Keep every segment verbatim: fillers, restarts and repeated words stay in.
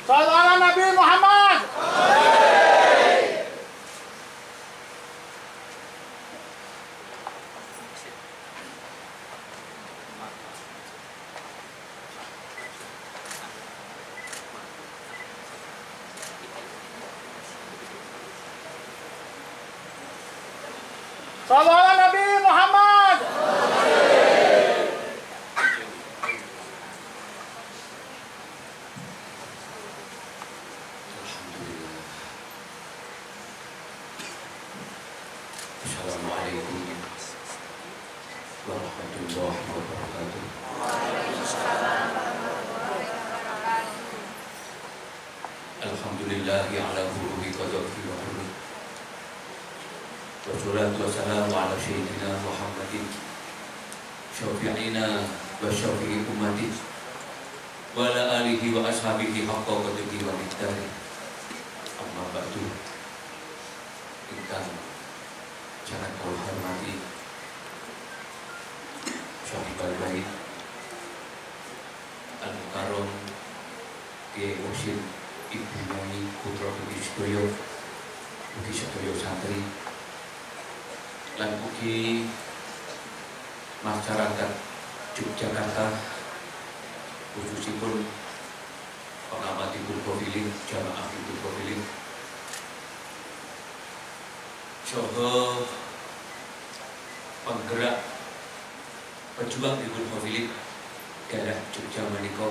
Shallallahu ala Nabi Muhammad. Shallallahu ala Nabi Muhammad. Assalamualaikum warahmatullahi wabarakatuh. Alhamdulillahi ala huruhi qadhafi wa hurri. Wassalatu wassalamu ala sayyidina Muhammadin syafi'ina wa syafi'i ummati wa ala alihi wa ashabihi haqqa qadrihi wa miqdari. Amma ba'du. Ingkang jangan kau hormati Syahibal Bait Al-Mukarram Kiai Mursyid Ibu Nyai Putra Budi Sedoyo Budi Sedoyo Santri lan ugi masyarakat Yogyakarta khususipun pengamatipun Profiling jamaah ibu Profiling saha penggerak pejuang ibu Profiling daerah Jogja menika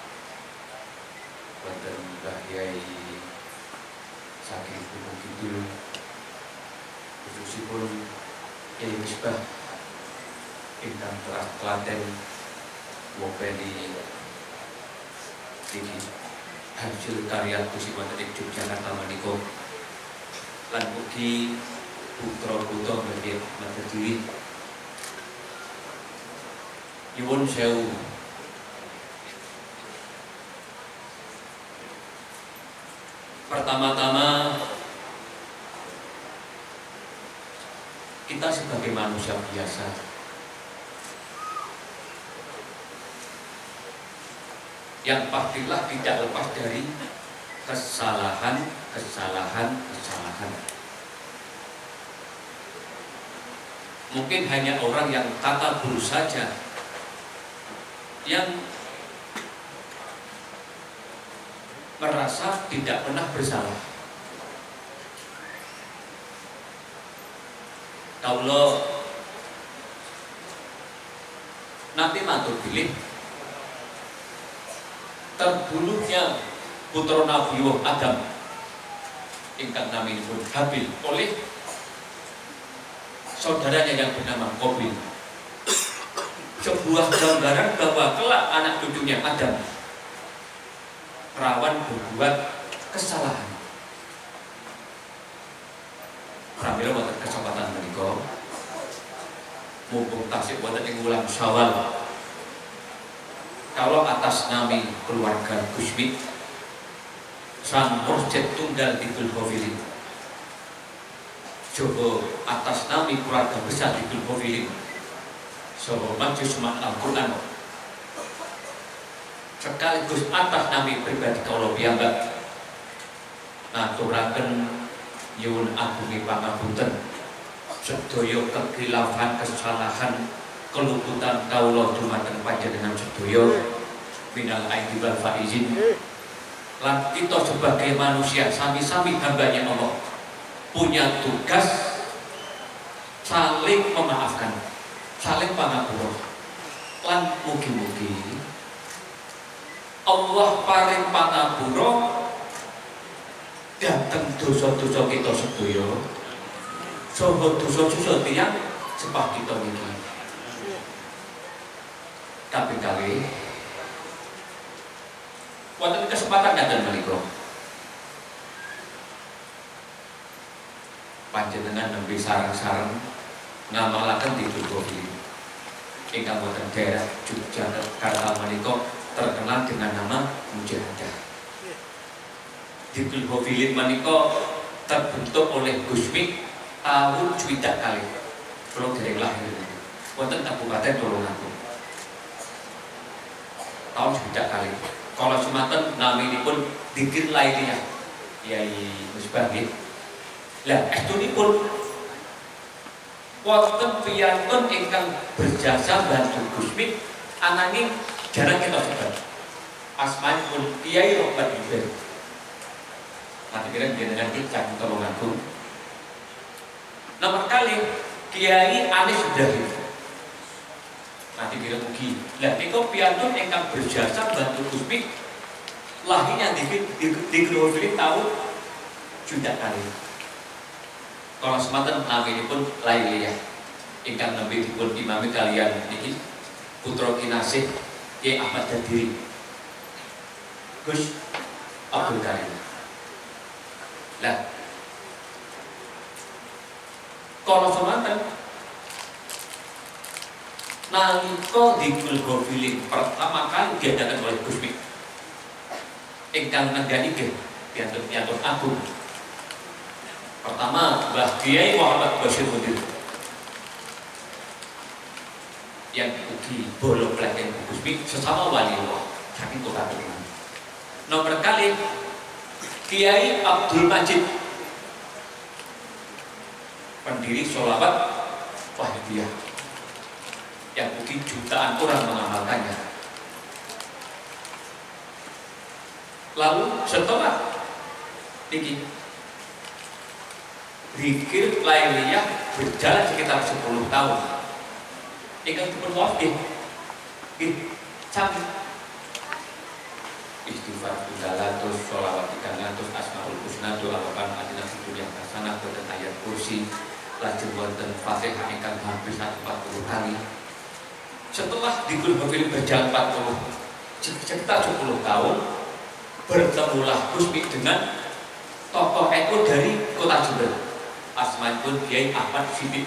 wonten Mbah Yai saking Gunung Kidul khususipun Yai Misbah ingkang telah Klaten wopeni iki hasil karya kusipun ing Yogyakarta menika lan ugi putra-putra badhe Madadiri nyuwun sewu pertama-tama kita sebagai manusia biasa yang pastilah tidak lepas dari kesalahan, kesalahan, kesalahan. Mungkin hanya orang yang takabur saja yang merasa tidak pernah bersalah. Kalau nanti matur pilih terbunuhnya putra Nabi Adam ingkang naminipun Habil oleh saudaranya yang bernama Qabil, sebuah gambaran bahwa kelak anak cucunya Adam rawan berbuat kesalahan. Pramila wonten kesempatan menika mumpung tasih wonten ing wulan Syawal, kalau atas nami keluarga Gusmi sang Mursyid tunggal Ibul Khofilin, coba atas nami keluarga besar Ibul Khofilin, so Majelis Al-Quran, sekaligus atas nami pribadi kaula piyambak ngaturaken nyuwun agungi pangapunten sedaya kekhilafan, kesalahan, keluputan kaula dumateng panjenengan sedaya minal aidin wal faizin. Lan kita sebagai manusia sami-sami hambanya Allah punya tugas saling memaafkan, saling pangapura. Lan mugi-mugi Allah paring pangapura dateng dosa-dosa kita sedaya saha dosa-dosa tiyang sepah kita niki. Tapi kali wonten kesempatan ngaten menika panjenengan nembe sareng-sareng ngamalaken Ibul Khofilin ingkang wonten daerah Yogyakarta menika terkenal dengan nama Mujahadah. Ibul Khofilin menika terbentuk oleh Gusmi tahun swidak kali kula dereng lahir wonten Kabupaten Tulungagung tahun swidak kali Kalau semanten naminipun dikir lainnya Yai Musbah nggih. Lah estunipun wonten piyantun ingkang berjasa bantu Gusmi ananging jarang kita sebat. Asmanipun Kiai Robat Iber. Nanti kira jenengan kita tolong aku. Nomor kali Kiai Anis Sudahi. Nanti kira ugi. Lah niku piyantun ingkang berjasa bantu Gusmi lahirnya di di di Growfield tahun juta kali. Kalau semanten naminipun Lailiyah ingkang nembe dipun imami kalian niki putra kinasih Ki Ahmad Dadiri Gus Abdul Karim. Lah kalau semanten nalika di Growfield pertama kali diadakan oleh Gusmi ingkang ngendani nggih piyantun-piyantun agung. Pertama, Mbah Kiai Muhammad Bashir Mudir yang ugi bolo pelatihan Gusmi sesama wali Allah saking kota Kediri. Nomor kali Kiai Abdul Majid pendiri Sholawat Wahidiyah yang ugi jutaan orang mengamalkannya. Lalu setelah niki Zikir Lailiyah berjalan sekitar sepuluh tahun. Ingkang dipun wafih nggih sami istighfar tiga ratus, sholawat tiga ratus, asmaul husna, doa lapan adina fitur yang hasanah, boten ayat kursi, lajeng wonten Fatihah ingkang hampir empat puluh kali. Setelah dipun wafih berjalan empat puluh sekitar sepuluh tahun, bertemulah Gusmi dengan tokoh N U dari kota Jember. Asmanipun Kiai Ahmad Siddiq.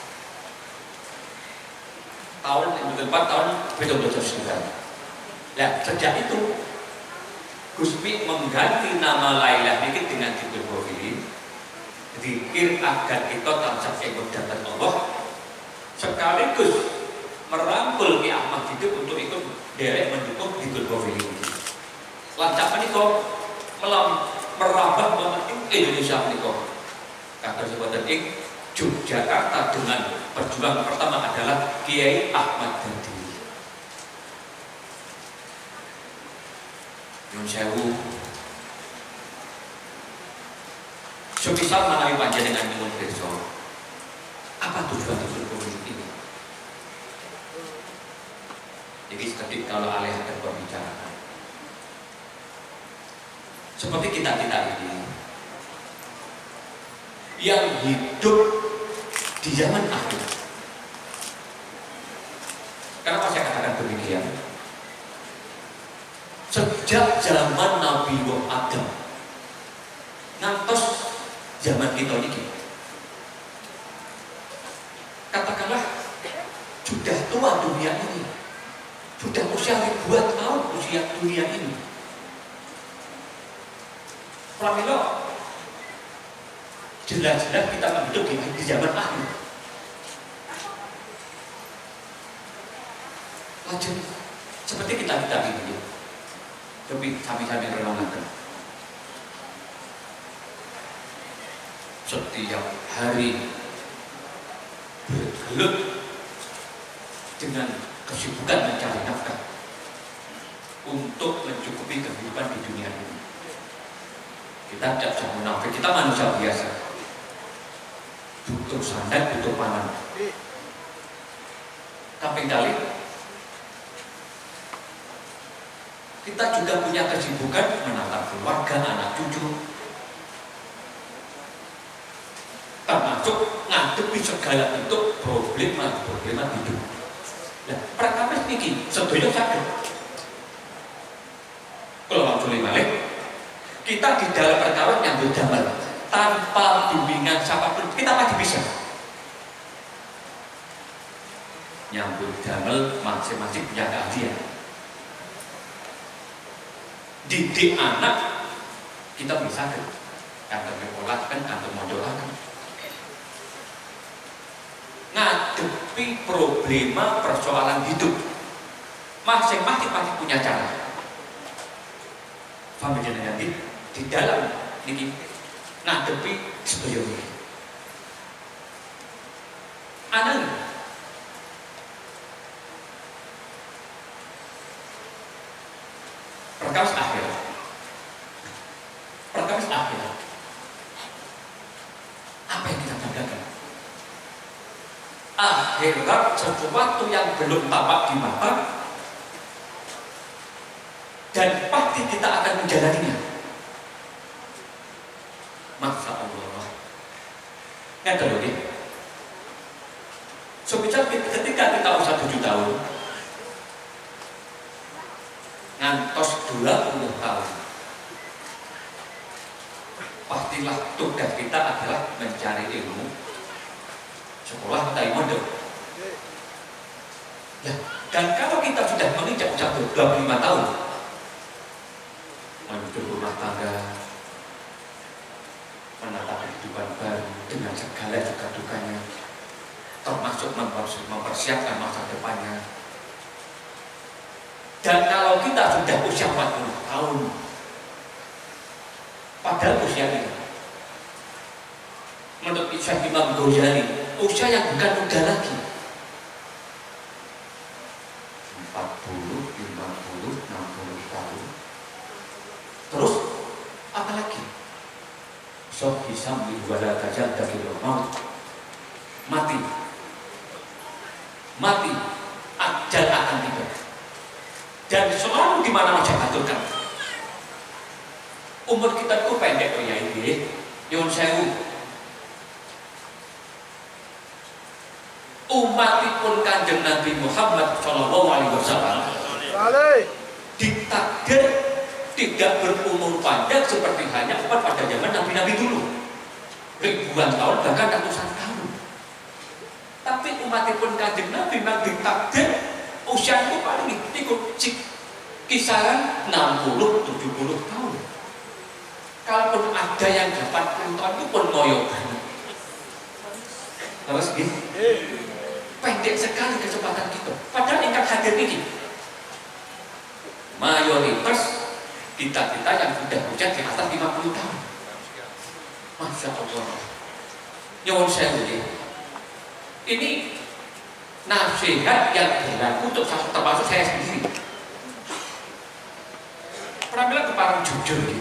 Tahun yang bertempat tahun dua ribu sembilan. Nah, sejak itu Gusmi mengganti nama Lailah niki dengan Zikir Profili. Zikir agar kita tansah eling dhateng Allah. Sekaligus merangkul Ki Ahmad Siddiq untuk ikut derek mendukung Zikir Profili. Lancar menika melam merambah wonten Indonesia menika. Kabar sebutan ing Yogyakarta dengan perjuangan pertama adalah Kiai Ahmad Dadiri. Nyun sewu. Semisal menawi panjenengan nyuwun pirsa, apa tujuan tujuan pemilu ini? Jadi sedikit kalau alih akan pembicaraan. Seperti kita-kita ini yang hidup di zaman akhir. Kenapa saya katakan demikian? Sejak zaman Nabi Adam ngantos zaman kita ini, katakanlah sudah tua dunia ini, sudah usia ribuan tahun usia dunia ini. Pramila jelas-jelas kita hidup di, di zaman akhir. Lajeng seperti kita kita ini, tapi kami-kami renungkan. Setiap hari bergelut dengan kesibukan mencari nafkah untuk mencukupi kehidupan di dunia ini. Kita tidak bisa munafik, kita manusia biasa. Butuh sandang, butuh pangan. Kaping kali kita juga punya kesibukan menatap keluarga, anak cucu, termasuk ngadepi segala bentuk problema-problema hidup. Nah, perkara ini sebenarnya sakit. Kalau maksudnya balik, kita di dalam perkara yang berdamai tanpa bimbingan siapapun kita masih bisa nyambut damel, masing-masing punya keahlian. Didik anak kita bisa kan, kantor mekolahkan, kantor modalakan, ngadepi problema persoalan hidup masing-masing pasti punya cara. paham jenengan di di dalam niki ngadepi sedaya iki. Anang perkawis akhir. Perkawis akhir. Apa yang kita banggakan? Akhirat sesuatu yang belum tampak di mata dan pasti kita akan menjalaninya. Masya Allah. Yang kedua, sebisa ketika kita usia tujuh tahun, ngantos dua puluh tahun, pastilah tugas kita adalah mencari ilmu, sekolah dari mondok. Ya, dan kalau kita sudah menginjak usia dua puluh lima tahun, menuju rumah tangga, menata kehidupan baru dengan segala duka dukanya, termasuk mempersiapkan masa depannya. Dan kalau kita sudah usia empat puluh tahun, padahal usia ini menurut Syekh Imam Ghazali usia yang bukan muda lagi, empat puluh, lima puluh, enam puluh tahun. Terus apa lagi? Sok hisam wala tajal dakil maut. Mati. Mati ajal akan tiba. Dan selalu di mana wajah aturkan. Umur kita itu pendek oh ya ini. Yon sewu. Umatipun Kanjeng Nabi Muhammad Shallallahu Alaihi Wasallam ditakdir tidak berumur panjang seperti hanya umat pada zaman Nabi-Nabi dulu, ribuan tahun bahkan ratusan tahun. Tapi umatipun Kanjeng Nabi memang ditakdir usia itu paling ikut kisaran enam puluh tujuh puluh tahun. Kalaupun ada yang delapan puluh tahun itu pun ngoyo banget. Terus gitu. Pendek sekali kesempatan kita. Padahal ingkang hadir ini mayoritas kita-kita yang sudah usia di atas lima puluh tahun. Masya Allah. Nyuwun sewu ini nasihat yang berlaku untuk termasuk saya sendiri. Pramila keparang jujur gitu.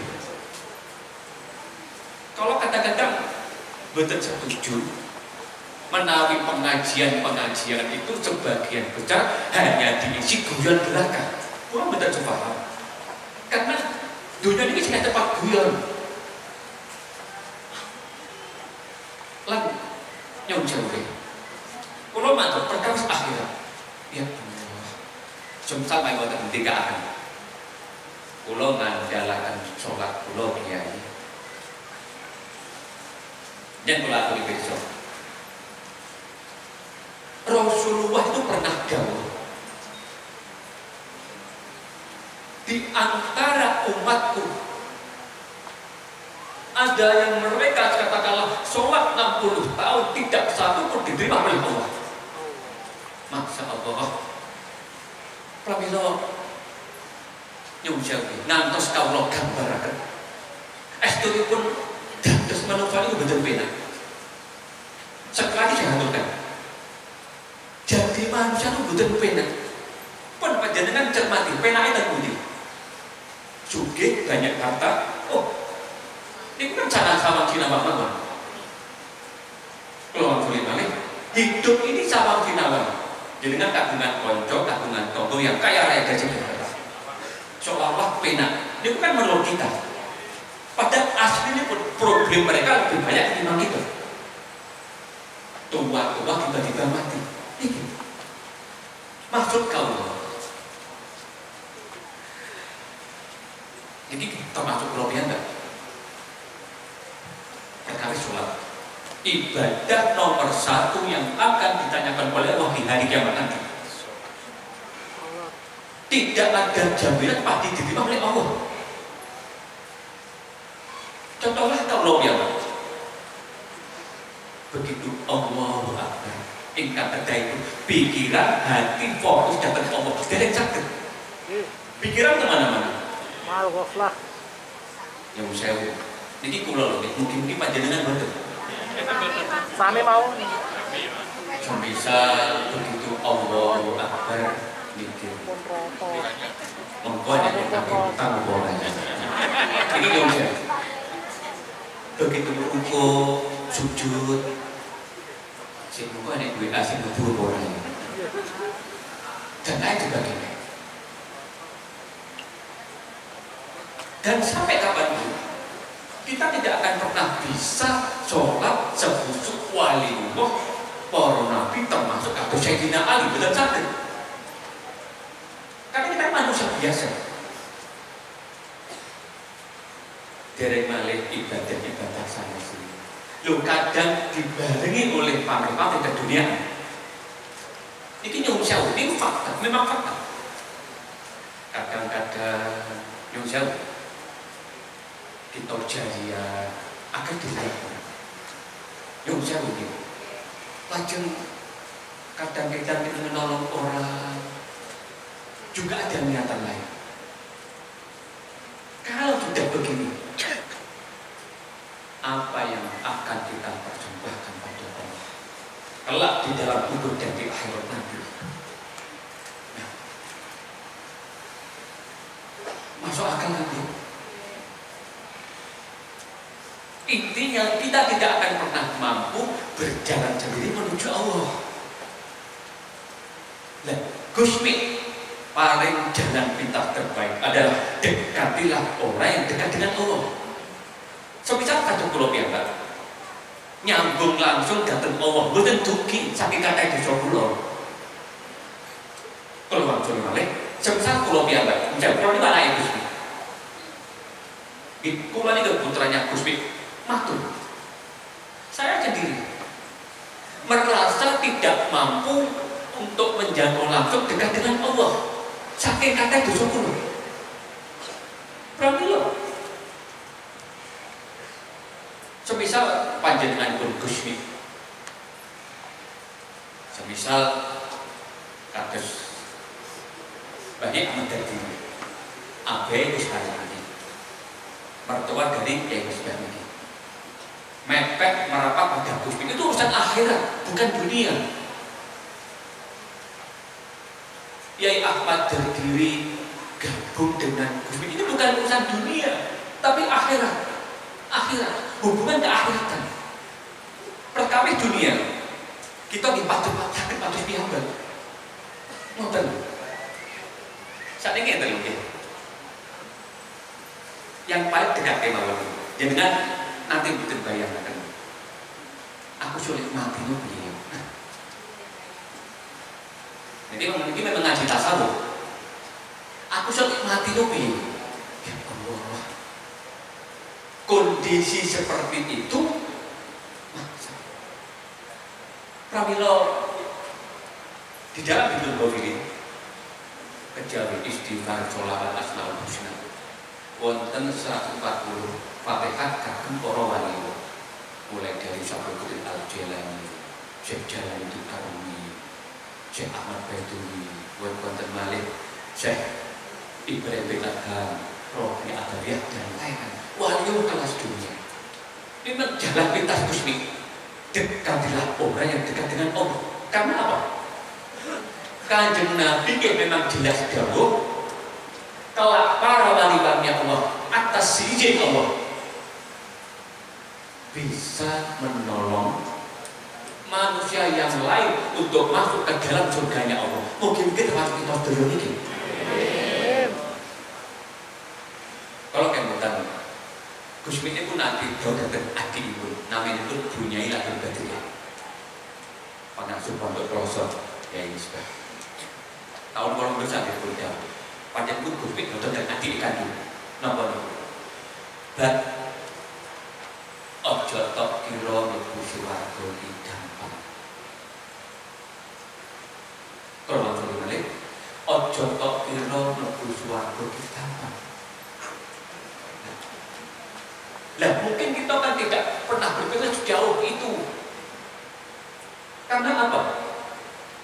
Kalau kadang-kadang betul setuju menawi pengajian-pengajian itu sebagian besar hanya diisi guyon belaka. Kurang betul sepaham. Karena dunia ini tidak tepat guyon. Lalu yang jauh kalau mantuk perkawis akhirat, ya Allah, sempat mai wonten ngendikaaken. Kula ngandhalaken salat kula kiai. Yen kula aturi pirsa. Rasulullah itu pernah dawuh, di antara umatku ada yang mereka katakanlah sholat enam puluh tahun tidak satu pun diterima oleh Allah. Masya Allah. Pramila nyuwun sewu ngantos kawula gambaraken estunipun dados manusia itu betul benar. Sekali saya aturkan, jadi manusia itu betul benar. Pun panjenengan cermati, penake teng pundi? Sugih banyak harta. Oh, ini kan cara sama Cina mawon. Kalau sulit balik, hidup ini sama Cina mawon. Dengan kagungan konco, kagungan tonggo yang kaya raya gaji besar. Seolah-olah penak. Ini bukan menurut kita. Padahal aslinya pun problem mereka lebih banyak ketimbang kita. Tua-tua tiba-tiba mati. Ini maksud kau. Jadi termasuk kelebihan enggak? Perkara sholat ibadah nomor satu yang akan ditanyakan oleh Allah di hari kiamat nanti. Tidak ada jaminan pasti diterima oleh Allah. Contohnya kalau ya begitu Allahu Akbar, ingkang ada itu pikiran, hati, fokus datang ke Allah. Tidak sakit. Pikiran kemana-mana. Yang sewu. Niki kula lho, mungkin-mungkin panjenengan mboten. Sami mau. Semisal begitu Allahu Akbar mikir. Mengko nek kaki utang ora. Iki yo saya. Begitu rukuk, sujud. Sing mengko nek duwe asing metu ora. Dan lain sebagainya. Dan sampai kapanpun kita tidak akan pernah bisa sholat sekhusyuk waliullah para nabi termasuk Abu Sayyidina Ali betul sakit. Karena kita manusia biasa. Dereng malih ibadah-ibadah sana sini. Lo kadang dibarengi oleh pamrih-pamrih ke dunia. Ini nyung sewu, ini fakta, memang fakta. Kadang-kadang nyung sewu kita jaya akan dilihat. Nyung sewu ini. Lajeng kadang-kadang kita menolong orang juga ada niatan lain. Kalau sudah begini, apa yang akan kita persembahkan pada Allah kelak di dalam kubur dan di akhirat nanti? Nah, masuk akal nanti. Intinya kita tidak akan pernah mampu berjalan sendiri menuju Allah. Nah, Gusmi paling jalan pintas terbaik adalah dekatilah orang yang dekat dengan Allah. Semisal kata kula piyambak nyambung langsung datang Allah, mboten dugi saking kata desa kula. Kula wangsul malih, semisal kula piyambak, njawab kula niku anake Gusmi. Kula niku putranya Gusmi. Matur, saya sendiri merasa tidak mampu untuk menjangkau langsung dekat dengan Allah. Saking kata dosa kula. Pramila. Semisal panjenengan pun Gusmi. Semisal kados banyak Ahmad Dardiri. Abai wis kali mertua dari Kiai Musbah ini. Mepet merapat pada Gusmi itu urusan akhirat, bukan dunia. Kiai Ahmad Dardiri gabung dengan Gusmi ini bukan urusan dunia, tapi akhirat. Akhirat, hubungan keakhiratan. Perkawis dunia, kita dipatu-patu patu piyambak. Ngoten. Saat ini enten lho. Yang paling dekat kemawon. Jenengan nanti mboten bayangkan. Aku sulit mati lho piye. Jadi ini memang ngaji tasawuf. Aku sulit mati lho piye. Ya Allah. Kondisi seperti itu pramila di dalam hidup ini kecuali istighfar sholawat asmaul husna wonten seratus empat puluh Fatihah kagem para wali mulai dari Syaikhul Al-Jailani, Syekh Jalaluddin Arumi, Syekh Ahmad Baidowi, wonten malih Syekh Ibrahim bin Adham, Rofi Adawiyah dan lain-lain. Wali kelas dunia. Ini jalan pintas Gusmi. Dekatilah orang yang dekat dengan Allah. Karena apa? Kanjeng Nabi yang memang jelas dahulu kelak para wali-wali Allah atas izin Allah bisa menolong manusia yang lain untuk masuk ke dalam surganya Allah. Mungkin-mungkin harus kita dulu ini. Kalau kemudian Gusmi itu nanti datang adik ibu, namanya itu Bunyai Latul Badriyah. Pengasuh pondok pelosok ya ini sebab tahun kalau besar di Bunda. Pada pun Gusmi datang adik ikan dulu. Nomor itu. Dan ojo tok kira mlebu swarga iki gampang. Kalau matur malih, ojo tok kira mlebu swarga iki gampang. Lah mungkin kita kan tidak pernah berpikir sejauh itu. Karena apa?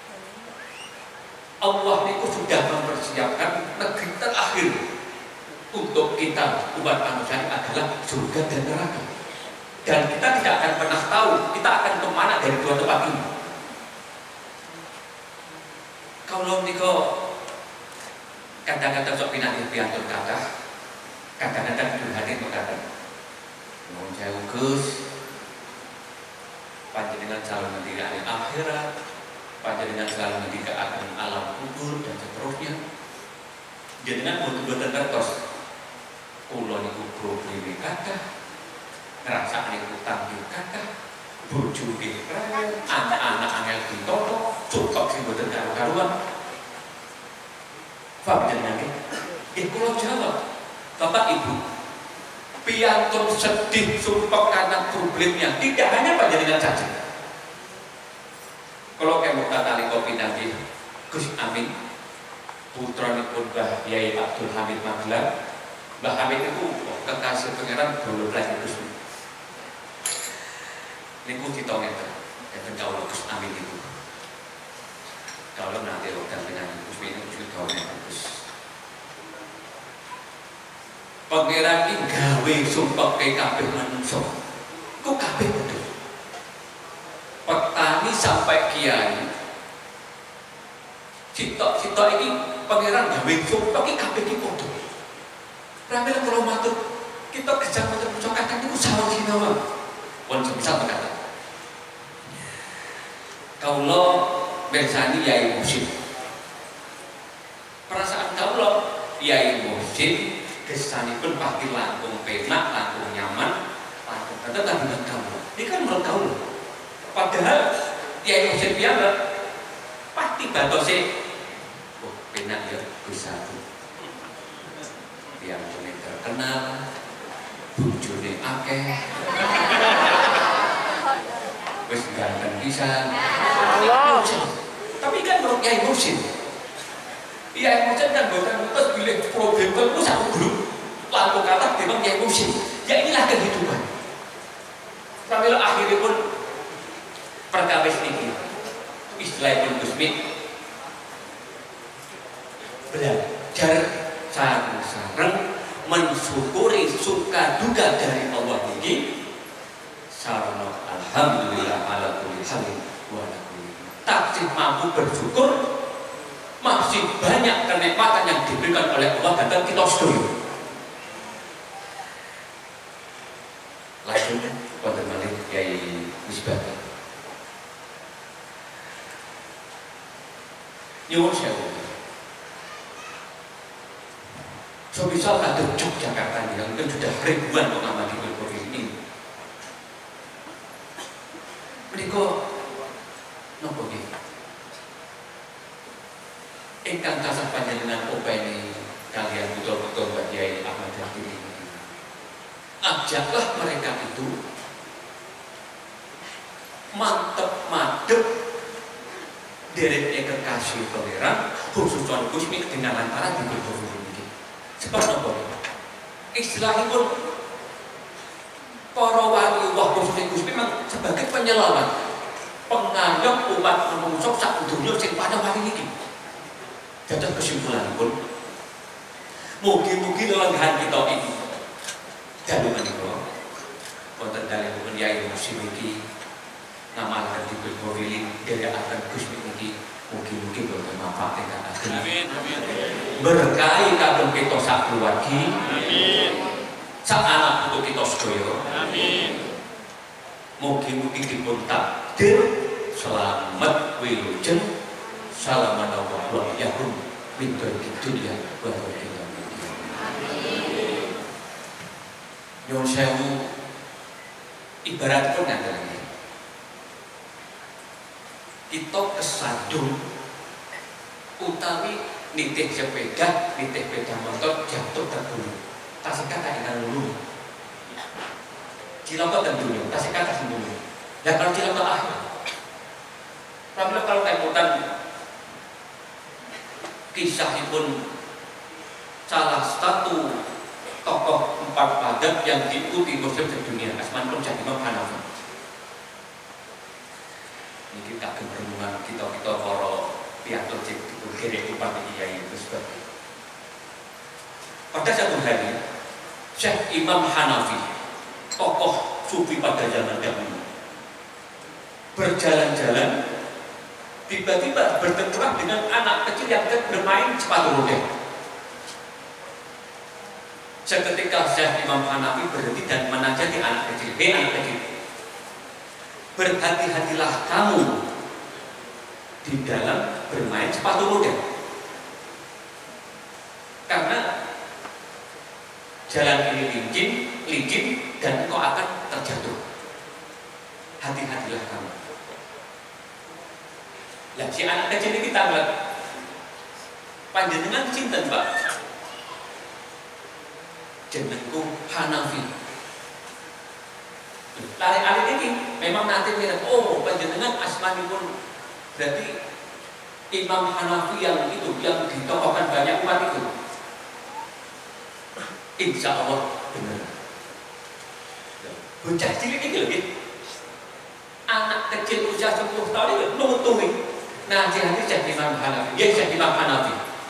Allah itu sudah mempersiapkan negeri terakhir untuk kita umat manusia ini adalah surga dan neraka. Dan kita tidak akan pernah tahu kita akan kemana dari dua tempat ini. Kalau niko kadang-kadang sok pinanti piantun kata, kadang-kadang curhatin berkata, mohon saya Gus, panjenengan selalu mendirikan akhirat, panjenengan selalu mendirikan alam kubur dan seterusnya. Jenengan boten-boten ngertos kula niku probleme kathah, ngrasakne utang nggih kathah, bojo nggih rewel, anak-anak angel ditoto, cukup sing boten karu-karuan. Pak jenengan nggih kula jawab, Bapak Ibu, piantun sedih sumpah karena problemnya tidak hanya panjenengan saja. Kalau kamu kata kopi nanti Gus Amin putranipun Mbah Yai Abdul Hamid Magelang, Mbah Hamid itu kekasih pangeran dulu lagi Gus. Niku kita ngeten, ngeten kalau Gus Amin itu. Kalau nanti rokan dengan Gus ini juga ngeten Gus. Pangeran iki gawe sumpah ke kabeh manungsa. Ku kabeh betul. Petani sampai kiai. Sitok-sitok ini pangeran gawe sumpah ki kabeh ki padha. Ramel kula matur, kita gejang matur mucakakan niku sawang sinawa. Pun sebisa berkata. Kaula bersani Yai Musim. Perasaan kaula Yai Musim kesanipun pasti langkung penak, langkung nyaman, langkung kata tadi dengan kaula. Ini kan menurut kaula. Padahal Yai Musim piyambak pasti batose oh penak ya bisa tuh yang terkenal bujune akeh wis ganteng pisan tapi kan menurut Yai Musim Yai Musim kan boten terus pilih problem itu satu grup lalu kata memang Yai Musim ya inilah kehidupan sampai akhirnya pun perkawis ini istilahnya Gusmi belajar sareng-sareng mensyukuri suka duka dari Allah ini sarana alhamdulillah ala kulli halin wa ala kulli tak mampu bersyukur masih banyak kenikmatan yang diberikan oleh Allah dan kita setuju. Lanjut pada balik Yai Misbah nyuwun sewu. So bisa ada Yogyakarta yang kan sudah ribuan mengamati Covid ini. Mereka nopo nggih. Ingkang tasah panjenengan openi kalian betul-betul Mbak Yai Ahmad Dhafiri ini. Ajaklah mereka itu mantep madep dereknya kekasih pangeran khusus Tuhan Gusmi ketinggalan para di Covid ini. Sebab apa? Istilahnya pun para wali Allah khususnya Gusmi memang sebagai penyelamat pengayom umat manusia sak dunia sing pada wali ini. Jatuh kesimpulan pun mugi-mugi lelenggahan kita ini dalu menika wonten dalem Yai Musim iki ngamalaken dipun mawili dari akan Gusmi iki mugi-mugi boten manfaat kang ageng. Amin amin. Berkahi kagem kita sak keluargi. Amin. Sak anak putu kita sedaya. Amin. Mugi-mugi dipun takdir selamat wilujeng salaman Allah yahum min dunya wa dunya. Amin. Nyuwun sewu ibarat pun ngaten. Kita kesandung utawi nitih sepeda, nitih sepeda motor jatuh terbunuh. Tasik kata ingkang lulu. Cilaka tentunya, tasik kata sembuh. Ya kalau cilaka akhir. Pramila kalau temputan kisahipun salah satu tokoh empat padat yang diikuti Muslim sedunia, Asmanipun Syekh Imam Hanafi. Ini kita keberuntungan kita-kita para piantun cek gerek upah ini Yai Misbah. pada satu hari Syekh Imam Hanafi, tokoh sufi pada zaman dahulu, berjalan-jalan tiba-tiba bertemu dengan anak kecil yang bermain sepatu roda. Seketika Syekh Imam Hanafi berhenti dan menasihati anak kecil, "Hei anak kecil, berhati-hatilah kamu di dalam bermain sepatu roda, karena jalan ini licin, licin dan engkau akan terjatuh. Hati-hatilah kamu." Lah si anak kecil ini kita lihat, panjenengan cinten Pak, jenengku Hanafi. Lari alit ini memang nanti mirip, oh panjenengan asmanipun berarti Imam Hanafi yang itu, yang ditokohkan banyak umat itu. Insya Allah benar. Bocah cilik ini lagi, anak kecil usia sepuluh tahun ini nutuhi nasihati Syekh Imam Hanafi. Ya Syekh Imam Hanafi,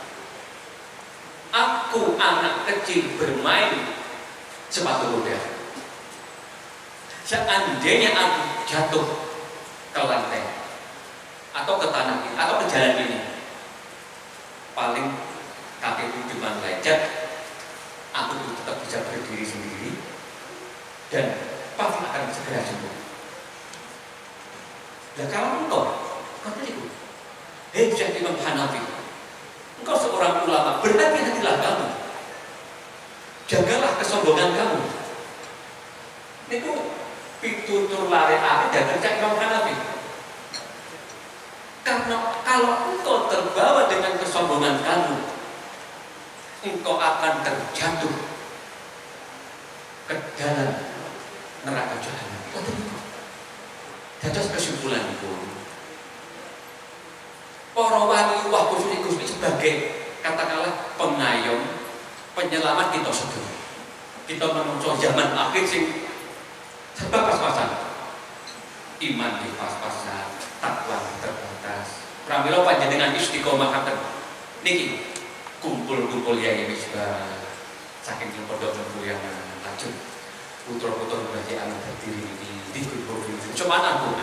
aku anak kecil bermain sepatu roda. Seandainya aku jatuh ke lantai atau ke tanah ini atau ke jalan ini, paling kakiku cuma lecet, aku tetap bisa berdiri sendiri dan pasti akan segera sembuh. Nah kalau engkau, kata itu, hei Syekh Imam Hanafi, engkau seorang ulama, berhati-hatilah kamu, jagalah kesombongan kamu. Itu pitutur lari api dan Syekh Imam Hanafi. Karena kalau engkau terbawa dengan kesombongan kamu, engkau akan terjatuh ke dalam neraka jahanam. Dados kesimpulan itu, para wali wah Gusti Gusti sebagai katakanlah pengayom, penyelamat kita sedaya. Kita menungso zaman akhir sing serba pas-pasan, iman di pas-pasan, takwa terbatas. Pramila panjenengan istiqomahaken niki kumpul-kumpul Yai Misbah saking pondok yang lajeng putra-putra bacaan berdiri di di kumpul cuma aku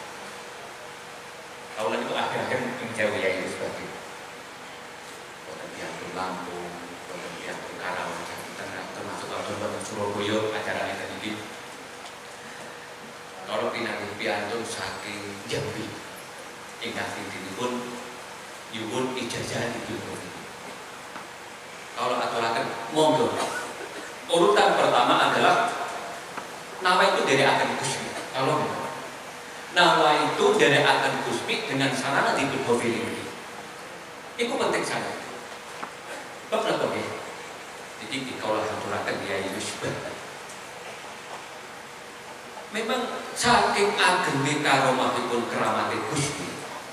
kalau itu akhir-akhir menjauh Yai Misbah wonten yang Lampung, wonten yang Karawang, Tengah, termasuk wonten Surabaya acaranya tadi. Kalau pinanggih piantun saking Jambi ingkang dinipun nyuwun ijazah dipun. Kalau aturaken monggo. Urutan pertama adalah nawa itu dari akan Gusti. Kalau nawa itu dari akan Gusti dengan sarana dipun ini. Itu penting sangat. Bapak napa nggih? Jadi kalau aturaken Yai Misbah. Memang saking ageng karomahipun keramate Gusti.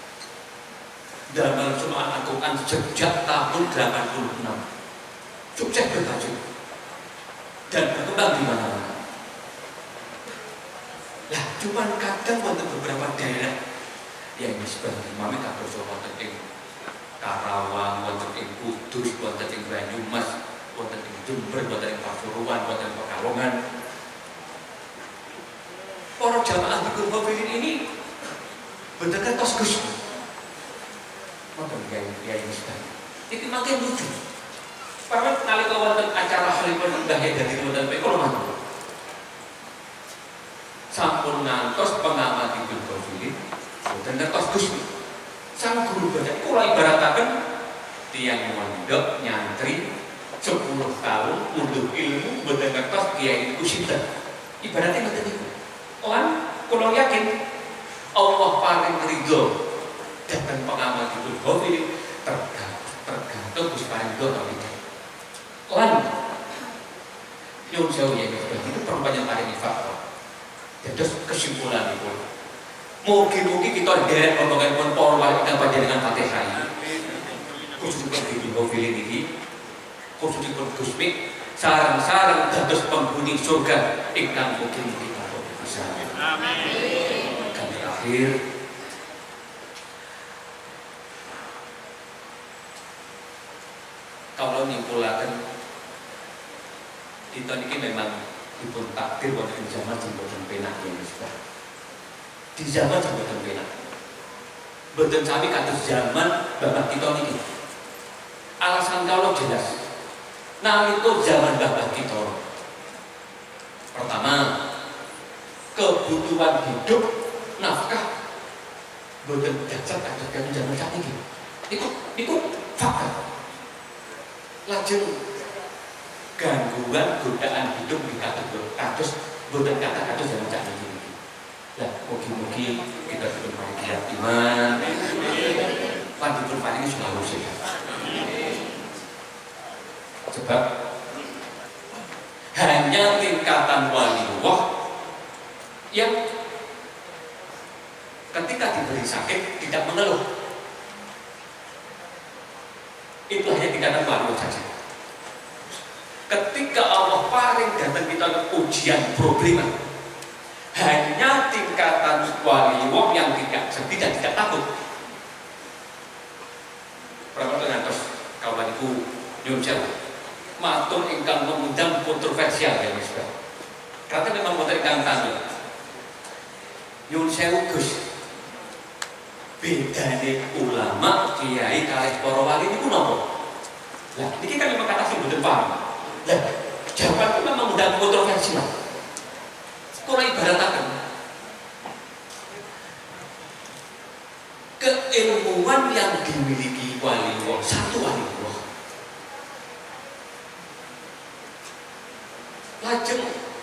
Dalam Al-Quran Al-Quran sejak tahun delapan puluh enam sukses bertajuk dan berkembang di mana-mana. Lah, cuman kadang wonten beberapa daerah yang Misbah imame kados wonten ing Karawang, wonten ing Kudus, wonten ing Banyumas, wonten ing Jember, wonten ing Pasuruan, wonten ing Pekalongan. Para jamaah di Kumpulin ini bener tos Gusti. Wonten Yai Misbah. Iki makin lucu. Pamit nalika wonten acara halipun Mbah Yai wonten kula matur. Sampun ngantos pengamat di Kumpulin, bener tos Gusti. Sang guru baca kula ibarataken tiyang mondok nyantri sepuluh tahun munduh ilmu boten ngertos kiai niku sinten. Ibaratnya ngoten niku. Lan kula yakin Allah paling ridho datang pengamat itu hobi tergantung Gusti paling ridho tapi lan nyuwun sewu ya itu perempuan paling ifak. Dados kesimpulan itu mugi-mugi kita derek omongan pun para wali ingkang panjenengan Fatihah khususipun di hobi ini khususipun Gusti sarang-sarang dados penghuni surga ingkang mugi-mugi amin. Kami akhir kalau nyimpulaken kita ini memang dipun takdir wonten zaman sing boten penak ya Mas. Di zaman sing boten penak. Boten sami kados zaman bapak kita niki. Alasan kalau jelas. Nalika zaman bapak kita. Pertama, kebutuhan hidup nafkah boten dasar kados zaman sakniki. Iku iku fakta. Lajeng gangguan godaan hidup di kados kados boten kata kados zaman sakniki. Lah mugi-mugi kita dipun paringi iman. Lan dipun paringi selalu sehat. Sebab hanya tingkatan waliullah yang ketika diberi sakit tidak mengeluh. Itu hanya tingkatan waliullah saja. Ketika Allah paring datang kita ke ujian problema, hanya tingkatan waliullah yang tidak sedih dan tidak takut. Pramila ngantos kawan iku nyuwun sewu. Matur ingkang mengundang kontroversial ya Mas. Karena memang boten ingkang tanggung. Nyuwun sewu Gus. Bedane ulama, kiai kalih para wali niku napa? Lah niki kan memang kata sing boten paham. Lah jawaban itu memang mengundang kontroversial. Kula ibarataken keilmuan yang dimiliki wali Allah, satu wali Allah. Lajeng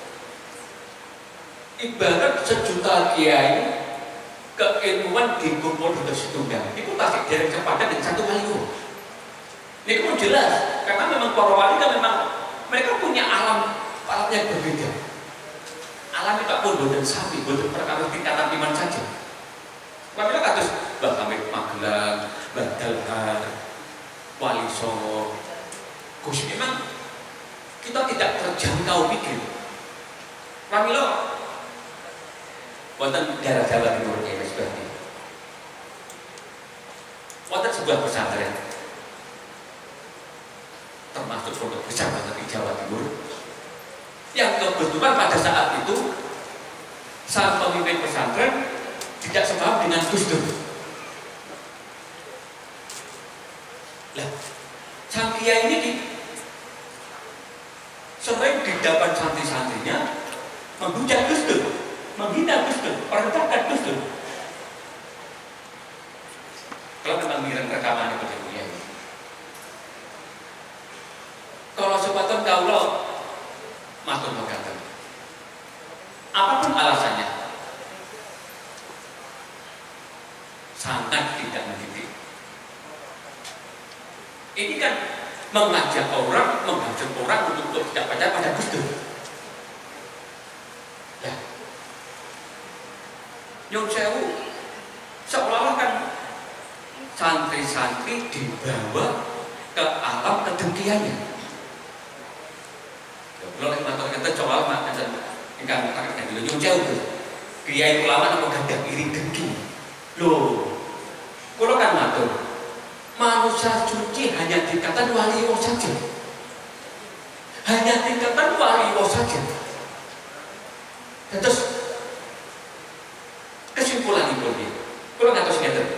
ibarat sejuta kiai keilmuan dikumpul di setunggal itu tasik dereng sepadan dengan satu wali Allah. Ini pun jelas karena memang para wali kan memang mereka punya alam alam yang berbeda. Alam itu pun boten sami, boten perkara tingkatan iman saja. Pramila kados Mbah Hamid Magelang, Mbah Dalhar, Wali Songo. Gus memang kita tidak terjangkau pikir. Pramila wonten daerah Jawa Timur ya Mas Bani. Wonten sebuah pesantren termasuk pondok besar di Jawa Timur yang kebetulan pada saat itu sang pemimpin pesantren tidak sepaham dengan Gus Dur. Lah, sang kiai ini sering di depan santri-santrinya menghujat Gus Dur, menghina Gus Dur, merendahkan Gus Dur. Kalau memang mireng rekaman itu kiai. Kalau sepatutnya kaulah matur mekaten. Apapun alasannya, sangat tidak mendidik. Ini kan mengajak orang, mengajak orang untuk tidak percaya pada Gus Dur. Ya, nyuwun sewu, seolah-olah kan santri-santri dibawa ke alam kedengkiannya. Kalau yang matur kata coba mak dan ingkang kakek dulu nyuwun sewu. Kiai ulama napa gadah iri dengki. Loh, kalau kan matur, manusia suci hanya tingkatan wali Allah saja. Hanya tingkatan wali Allah saja. Dan terus kesimpulan itu dia. Kalau nggak tahu ngeten.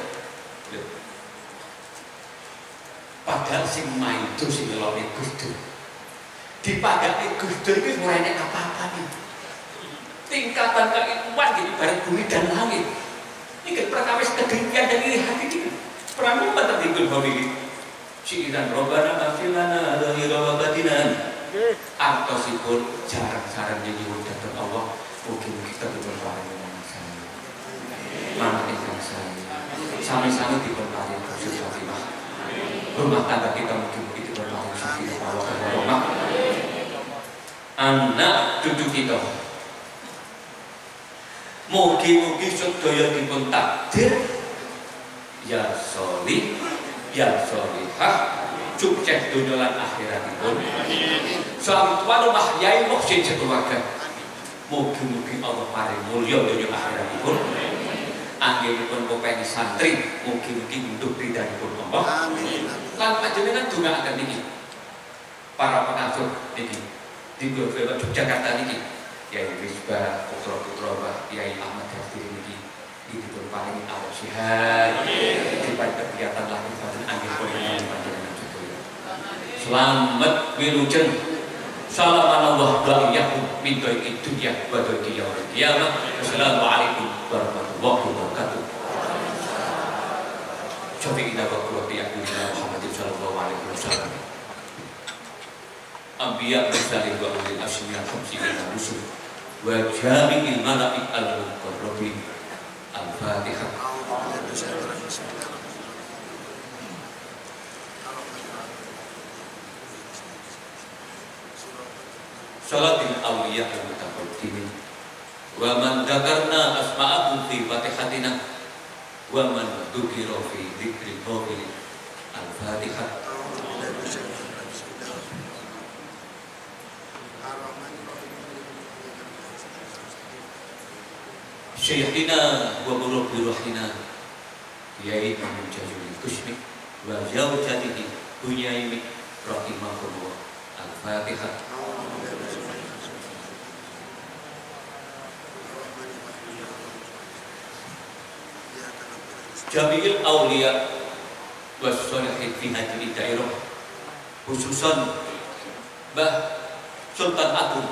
Padahal sing main itu sing ngeloni Gus Dur. Dipadai Gus Dur itu mulai apa-apa nih. Tingkatan keilmuan gitu bareng bumi dan langit. Ini kan perkawis kedengkian dan iri hati ini. Pernah apa tertikul hobi Syikiran robbana mafilana alaihi rawabatinan Artosipun jarang-jarang jadi datang Allah. Mungkin kita berpaling dengan saya mana ikan saya sami-sami diberkahi Rasul Fatimah. Rumah tangga kita mungkin itu berpaling Syikiran Allah Rahmat. Anak cucu kita mugi-mugi sedaya dipun takdir ya sholih ya sholihah sukses dunia lan akhiratipun. Suami tuan mahyai muksin sekeluarga. Mugi-mugi Allah paring mulya dunia akhiratipun. Anggenipun kepengi santri, mugi-mugi nduk ridhanipun Allah. Amin. Lan panjenengan dongaaken niki. Para pengasuh niki. di Yogyakarta ini Kiai Wisba putra-putra Mbah Kiai Ahmad Hafir ini dipun paringi awak sehat dipun kegiatan lahir batin angin panjenengan panjenengan sedaya selamat wilujeng salam wa barakatuh min dhaiki dunya wa dhaiki yaumil qiyamah. Assalamualaikum warahmatullahi wabarakatuh. Syafi'ina wa qurrati a'yunina Muhammadin sallallahu alaihi wasallam. Anbiya bersalih wa ulil asmi al-hamsina rusul wa jami'il malaik al-muqarrabin. Al-Fatihah. Salatil awliya al-mutaqaddimin wa man dzakarna asma'ahum fi fatihatina wa man dzukira fi dzikril ghafil. Al-Fatihah. Syekhina wa murabbi ruhina Kiai Muhammad Jazuli Kusmi wa zawjatihi Bunyaimi rahimahullah. Al-Fatihah. Jami'il awliya wa sholihin fi hadhihi dairah, khususan Mbah Sultan Agung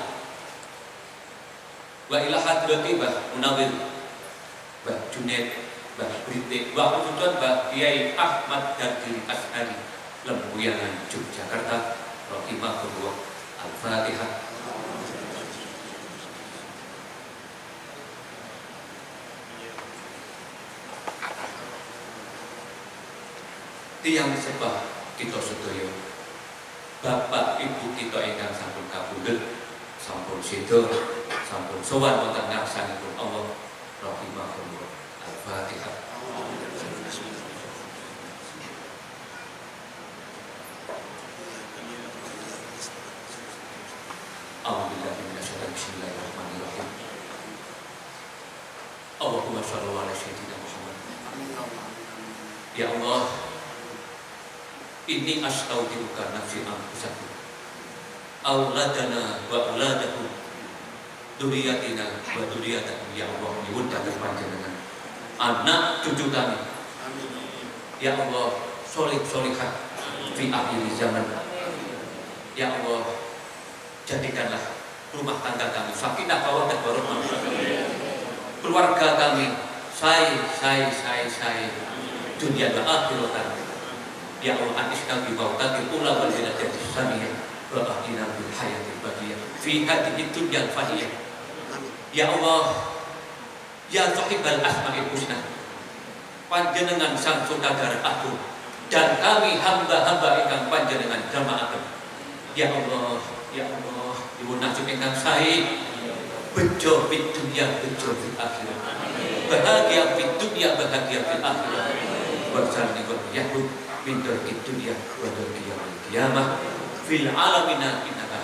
wa ila hadrati Mbah Munawir, Mbah Junaid, Mbah Britik, wa khususan Mbah Kiai Ahmad Dardir Ashari Lembuyangan Yogyakarta rahimahullah. Al-Fatihah. Tiyang sebah kita sedaya, bapak ibu kita ingkang sampun kabudut, sampun sedo, sampun sowan wonten ngarsanipun Allah rahimahullah. Al-Fatihah. A'udzubillahi minasyaitonir rajim. Bismillahirrahmanirrahim. Allahumma shalli ala sayyidina Muhammad. Ya Allah, inni astaudiruka nafsi anfusakum auladana wa auladakum duriyatina wa duriyatakum. Ya Allah, nyuwun dhateng panjenengan anak cucu kami, ya Allah, solih solihah fi akhir zaman. Ya Allah, jadikanlah rumah tangga kami sakinah mawaddah warahmah, keluarga kami say say say say dunia dan akhirat. Ya Allah, anisna bi mautatil ula wal zinati saniyah wa ahdina bil hayatil badiyah fi hadhihi dunya faniyah. Ya Allah, ya sahibal asma'il husna, panjenengan sang sutradara agung dan kami hamba-hamba ingkang panjenengan jamaaken. Ya Allah, ya Allah, nyuwun nasib ingkang sae, bejo fid dunya bejo fil akhirat, bahagia fid dunya bahagia fil akhirat, warsani wa yahud min darki dunya wa darki yaumil qiyamah fil alamina innaka